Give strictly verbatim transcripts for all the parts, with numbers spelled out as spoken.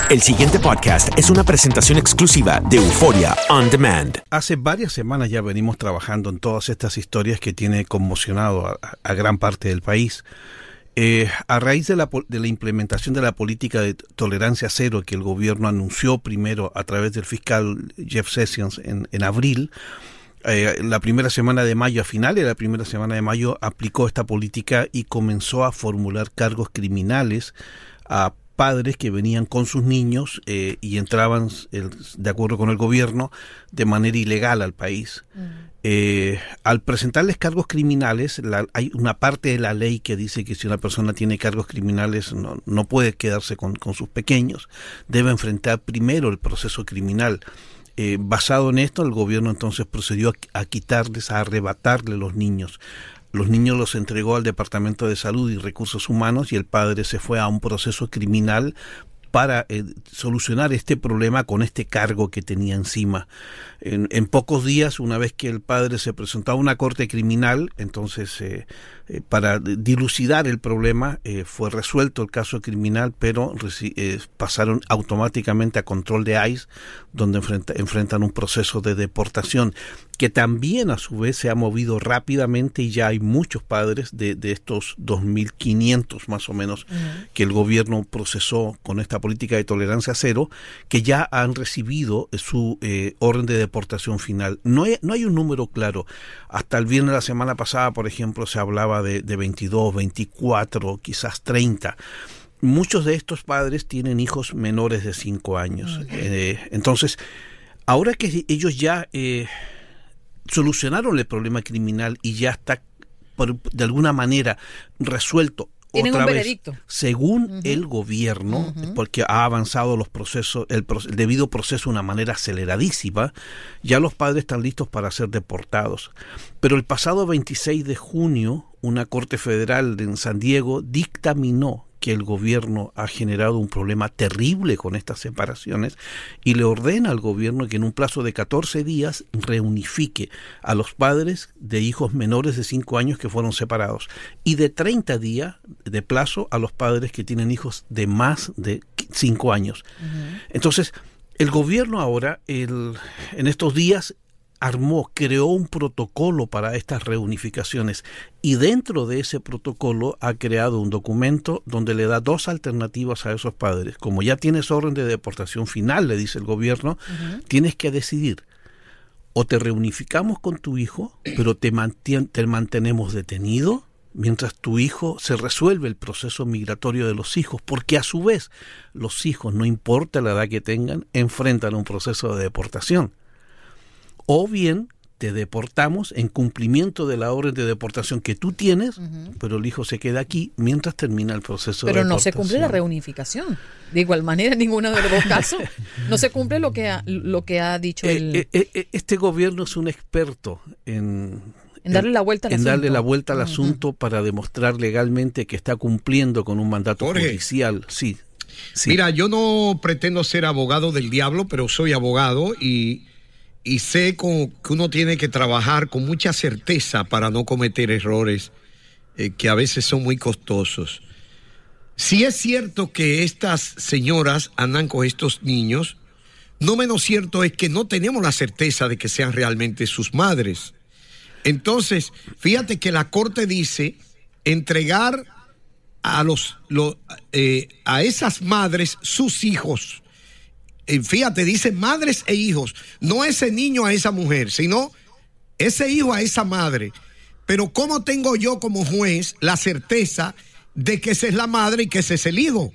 El siguiente podcast es una presentación exclusiva de Euphoria On Demand. Hace varias semanas ya venimos trabajando en todas estas historias que tiene conmocionado a, a gran parte del país. Eh, a raíz de la, de la implementación de la política de tolerancia cero que el gobierno anunció primero a través del fiscal Jeff Sessions en, en abril, eh, la primera semana de mayo, a finales de la primera semana de mayo, aplicó esta política y comenzó a formular cargos criminales a padres que venían con sus niños eh, y entraban, el, de acuerdo con el gobierno, de manera ilegal al país. Mm. Eh, al presentarles cargos criminales, la, hay una parte de la ley que dice que si una persona tiene cargos criminales no, no puede quedarse con, con sus pequeños, debe enfrentar primero el proceso criminal. Eh, basado en esto, el gobierno entonces procedió a, a quitarles, a arrebatarle los niños. Los niños los entregó al Departamento de Salud y Recursos Humanos y el padre se fue a un proceso criminal para eh, solucionar este problema con este cargo que tenía encima. En, en pocos días, una vez que el padre se presentó a una corte criminal, entonces eh, eh, para dilucidar el problema eh, fue resuelto el caso criminal, pero eh, pasaron automáticamente a control de I C E, donde enfrenta, enfrentan un proceso de deportación que también a su vez se ha movido rápidamente y ya hay muchos padres de, de estos dos mil quinientos más o menos uh-huh. que el gobierno procesó con esta política de tolerancia cero, que ya han recibido su eh, orden de deportación final. No hay, no hay un número claro. Hasta el viernes de la semana pasada, por ejemplo, se hablaba de, de veintidós, veinticuatro, quizás treinta. Muchos de estos padres tienen hijos menores de cinco años. Uh-huh. Eh, entonces, ahora que ellos ya Eh, solucionaron el problema criminal y ya está por, de alguna manera resuelto. Tienen otra un vez, veredicto. según uh-huh. el gobierno, uh-huh. porque ha avanzado los procesos, el, el debido proceso de una manera aceleradísima, ya los padres están listos para ser deportados. Pero el pasado veintiséis de junio, una corte federal en San Diego dictaminó que el gobierno ha generado un problema terrible con estas separaciones y le ordena al gobierno que en un plazo de catorce días reunifique a los padres de hijos menores de cinco años que fueron separados y de treinta días de plazo a los padres que tienen hijos de más de cinco años. Uh-huh. Entonces, el gobierno ahora, el, en estos días, armó, creó un protocolo para estas reunificaciones y dentro de ese protocolo ha creado un documento donde le da dos alternativas a esos padres. Como ya tienes orden de deportación final, le dice el gobierno, uh-huh. tienes que decidir: o te reunificamos con tu hijo, pero te, mantien- te mantenemos detenido mientras tu hijo se resuelve el proceso migratorio de los hijos, porque a su vez los hijos, no importa la edad que tengan, enfrentan un proceso de deportación. O bien te deportamos en cumplimiento de la orden de deportación que tú tienes, uh-huh. pero el hijo se queda aquí mientras termina el proceso pero de deportación. Pero no se cumple la reunificación. De igual manera, en ninguno de los dos casos. No se cumple lo que ha, lo que ha dicho el... Eh, eh, eh, este gobierno es un experto en... En darle la vuelta al en asunto. darle la vuelta al uh-huh. asunto para demostrar legalmente que está cumpliendo con un mandato Jorge, judicial. Sí, sí. Mira, yo no pretendo ser abogado del diablo, pero soy abogado y... Y sé con, que uno tiene que trabajar con mucha certeza para no cometer errores eh, que a veces son muy costosos. Si es cierto que estas señoras andan con estos niños, no menos cierto es que no tenemos la certeza de que sean realmente sus madres. Entonces, fíjate que la Corte dice entregar a, los, los, eh, a esas madres sus hijos. Fíjate, dice madres e hijos, no ese niño a esa mujer, sino ese hijo a esa madre. Pero ¿cómo tengo yo como juez la certeza de que esa es la madre y que ese es el hijo?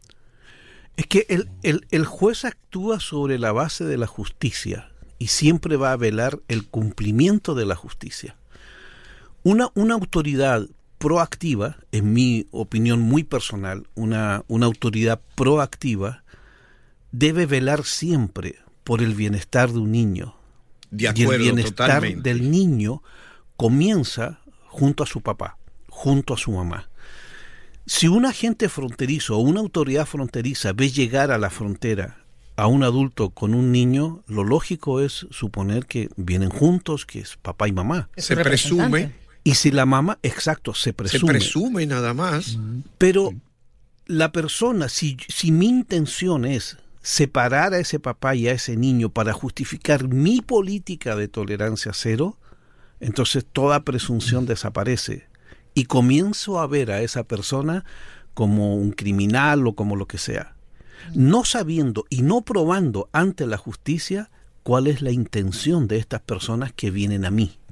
Es que el, el, el juez actúa sobre la base de la justicia y siempre va a velar el cumplimiento de la justicia. Una, una autoridad proactiva, en mi opinión muy personal, una, una autoridad proactiva debe velar siempre por el bienestar de un niño. De acuerdo, y el bienestar totalmente. del niño comienza junto a su papá, junto a su mamá. Si un agente fronterizo o una autoridad fronteriza ve llegar a la frontera a un adulto con un niño, lo lógico es suponer que vienen juntos, que es papá y mamá. Se presume. Y si la mamá, exacto, se presume. Se presume nada más. Pero la persona, si, si mi intención es separar a ese papá y a ese niño para justificar mi política de tolerancia cero, entonces toda presunción desaparece y comienzo a ver a esa persona como un criminal o como lo que sea, no sabiendo y no probando ante la justicia cuál es la intención de estas personas que vienen a mí.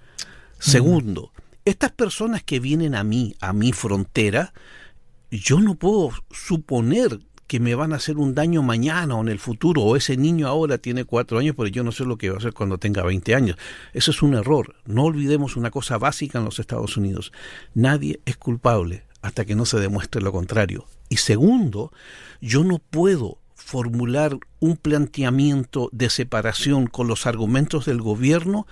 Segundo, estas personas que vienen a mí, a mi frontera, yo no puedo suponer que me van a hacer un daño mañana o en el futuro, o ese niño ahora tiene cuatro años, pero yo no sé lo que va a hacer cuando tenga veinte años. Eso es un error. No olvidemos una cosa básica en los Estados Unidos. Nadie es culpable hasta que no se demuestre lo contrario. Y segundo, yo no puedo formular un planteamiento de separación con los argumentos del gobierno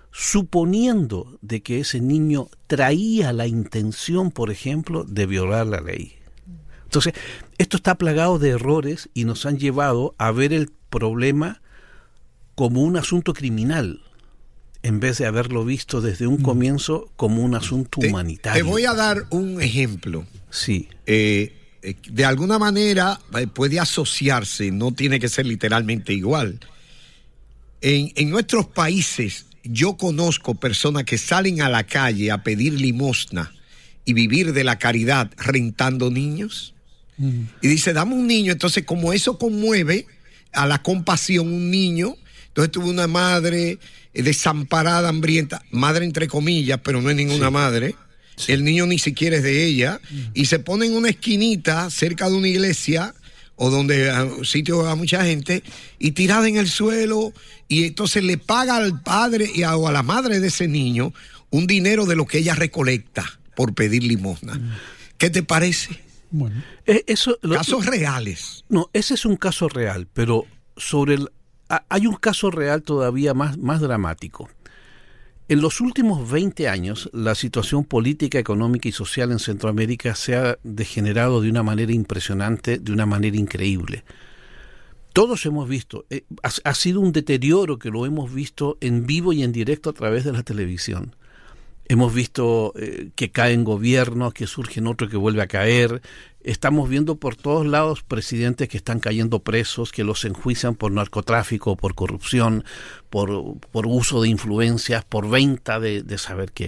suponiendo de que ese niño traía la intención, por ejemplo, de violar la ley. Entonces, esto está plagado de errores y nos han llevado a ver el problema como un asunto criminal, en vez de haberlo visto desde un comienzo como un asunto te, humanitario. Te voy a dar un ejemplo. Sí. Eh, de alguna manera puede asociarse, no tiene que ser literalmente igual. En, en nuestros países, yo conozco personas que salen a la calle a pedir limosna y vivir de la caridad rentando niños. Mm. Y dice, dame un niño. Entonces, como eso conmueve a la compasión, un niño, entonces tuve una madre desamparada, hambrienta, madre entre comillas, pero no es ninguna sí. madre. Sí. El niño ni siquiera es de ella. Mm. Y se pone en una esquinita cerca de una iglesia o donde un sitio a mucha gente y tirada en el suelo, y entonces le paga al padre y a, o a la madre de ese niño un dinero de lo que ella recolecta por pedir limosna. Mm. ¿Qué te parece? Bueno, eh, eso, lo, casos reales. No, ese es un caso real, pero sobre el, a, hay un caso real todavía más, más dramático. En los últimos veinte años, la situación política, económica y social en Centroamérica se ha degenerado de una manera impresionante, de una manera increíble. Todos hemos visto, eh, ha, ha sido un deterioro que lo hemos visto en vivo y en directo a través de la televisión. Hemos visto eh, que caen gobiernos, que surgen otros que vuelve a caer. Estamos viendo por todos lados presidentes que están cayendo presos, que los enjuician por narcotráfico, por corrupción, por, por uso de influencias, por venta de, de saber qué.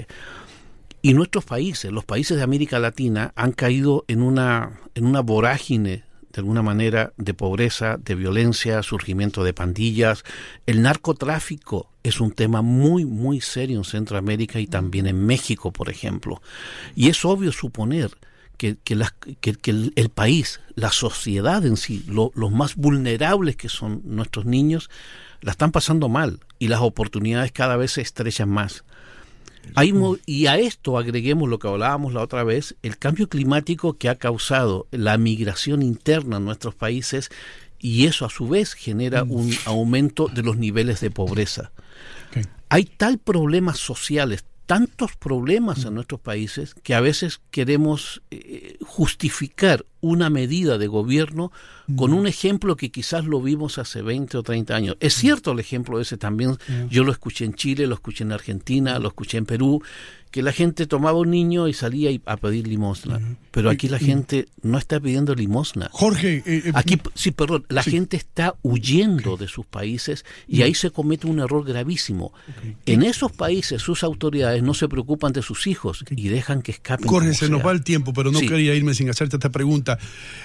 Y nuestros países, los países de América Latina, han caído en una, en una vorágine, de alguna manera, de pobreza, de violencia, surgimiento de pandillas. El narcotráfico es un tema muy, muy serio en Centroamérica y también en México, por ejemplo. Y es obvio suponer que, que, la, que, que el, el país, la sociedad en sí, lo, los más vulnerables que son nuestros niños, la están pasando mal y las oportunidades cada vez se estrechan más. Hay, y a esto agreguemos lo que hablábamos la otra vez, el cambio climático que ha causado la migración interna en nuestros países, y eso a su vez genera un aumento de los niveles de pobreza. Okay. Hay tal problemas sociales, tantos problemas en nuestros países, que a veces queremos eh, justificar una medida de gobierno con un ejemplo que quizás lo vimos hace veinte o treinta años. Es cierto el ejemplo ese también, yo lo escuché en Chile, lo escuché en Argentina, lo escuché en Perú, que la gente tomaba un niño y salía a pedir limosna. Pero aquí la gente no está pidiendo limosna. Jorge... Eh, eh, aquí, sí, perdón, la sí. gente está huyendo okay. de sus países y ahí se comete un error gravísimo. Okay. En esos países sus autoridades no se preocupan de sus hijos okay. y dejan que escapen. Jorge, se nos va el tiempo, pero no sí. quería irme sin hacerte esta pregunta.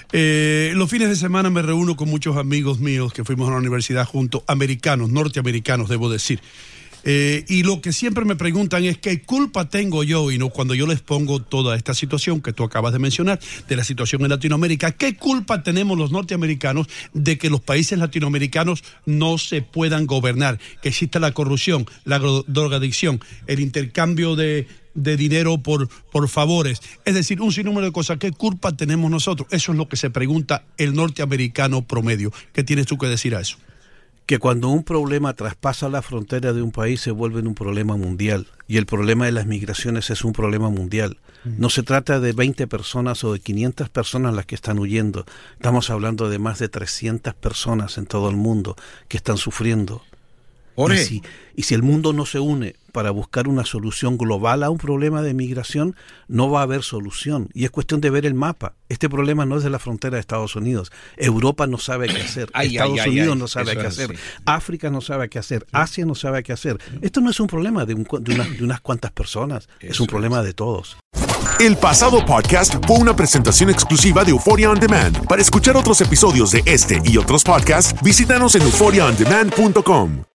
Eh, los fines de semana me reúno con muchos amigos míos que fuimos a la universidad juntos, americanos, norteamericanos, debo decir. Eh, y lo que siempre me preguntan es qué culpa tengo yo, y no cuando yo les pongo toda esta situación que tú acabas de mencionar, de la situación en Latinoamérica, ¿qué culpa tenemos los norteamericanos de que los países latinoamericanos no se puedan gobernar? Que exista la corrupción, la drogadicción, el intercambio de, de dinero por, por favores, es decir, un sinnúmero de cosas. ¿Qué culpa tenemos nosotros? Eso es lo que se pregunta el norteamericano promedio. ¿Qué tienes tú que decir a eso? Que cuando un problema traspasa la frontera de un país se vuelve un problema mundial, y el problema de las migraciones es un problema mundial. No se trata de veinte personas o de quinientas personas las que están huyendo, estamos hablando de más de trescientas personas en todo el mundo que están sufriendo. Y si, y si el mundo no se une para buscar una solución global a un problema de migración, no va a haber solución. Y es cuestión de ver el mapa. Este problema no es de la frontera de Estados Unidos. Europa no sabe qué hacer. Ay, Estados ay, Unidos ay, no sabe qué hacer. Sí. África no sabe qué hacer. Asia no sabe qué hacer. Esto no es un problema de, un, de, una, de unas cuantas personas. Eso es un problema es. de todos. El pasado podcast fue una presentación exclusiva de Euphoria On Demand. Para escuchar otros episodios de este y otros podcasts, visítanos en euphoria on demand punto com.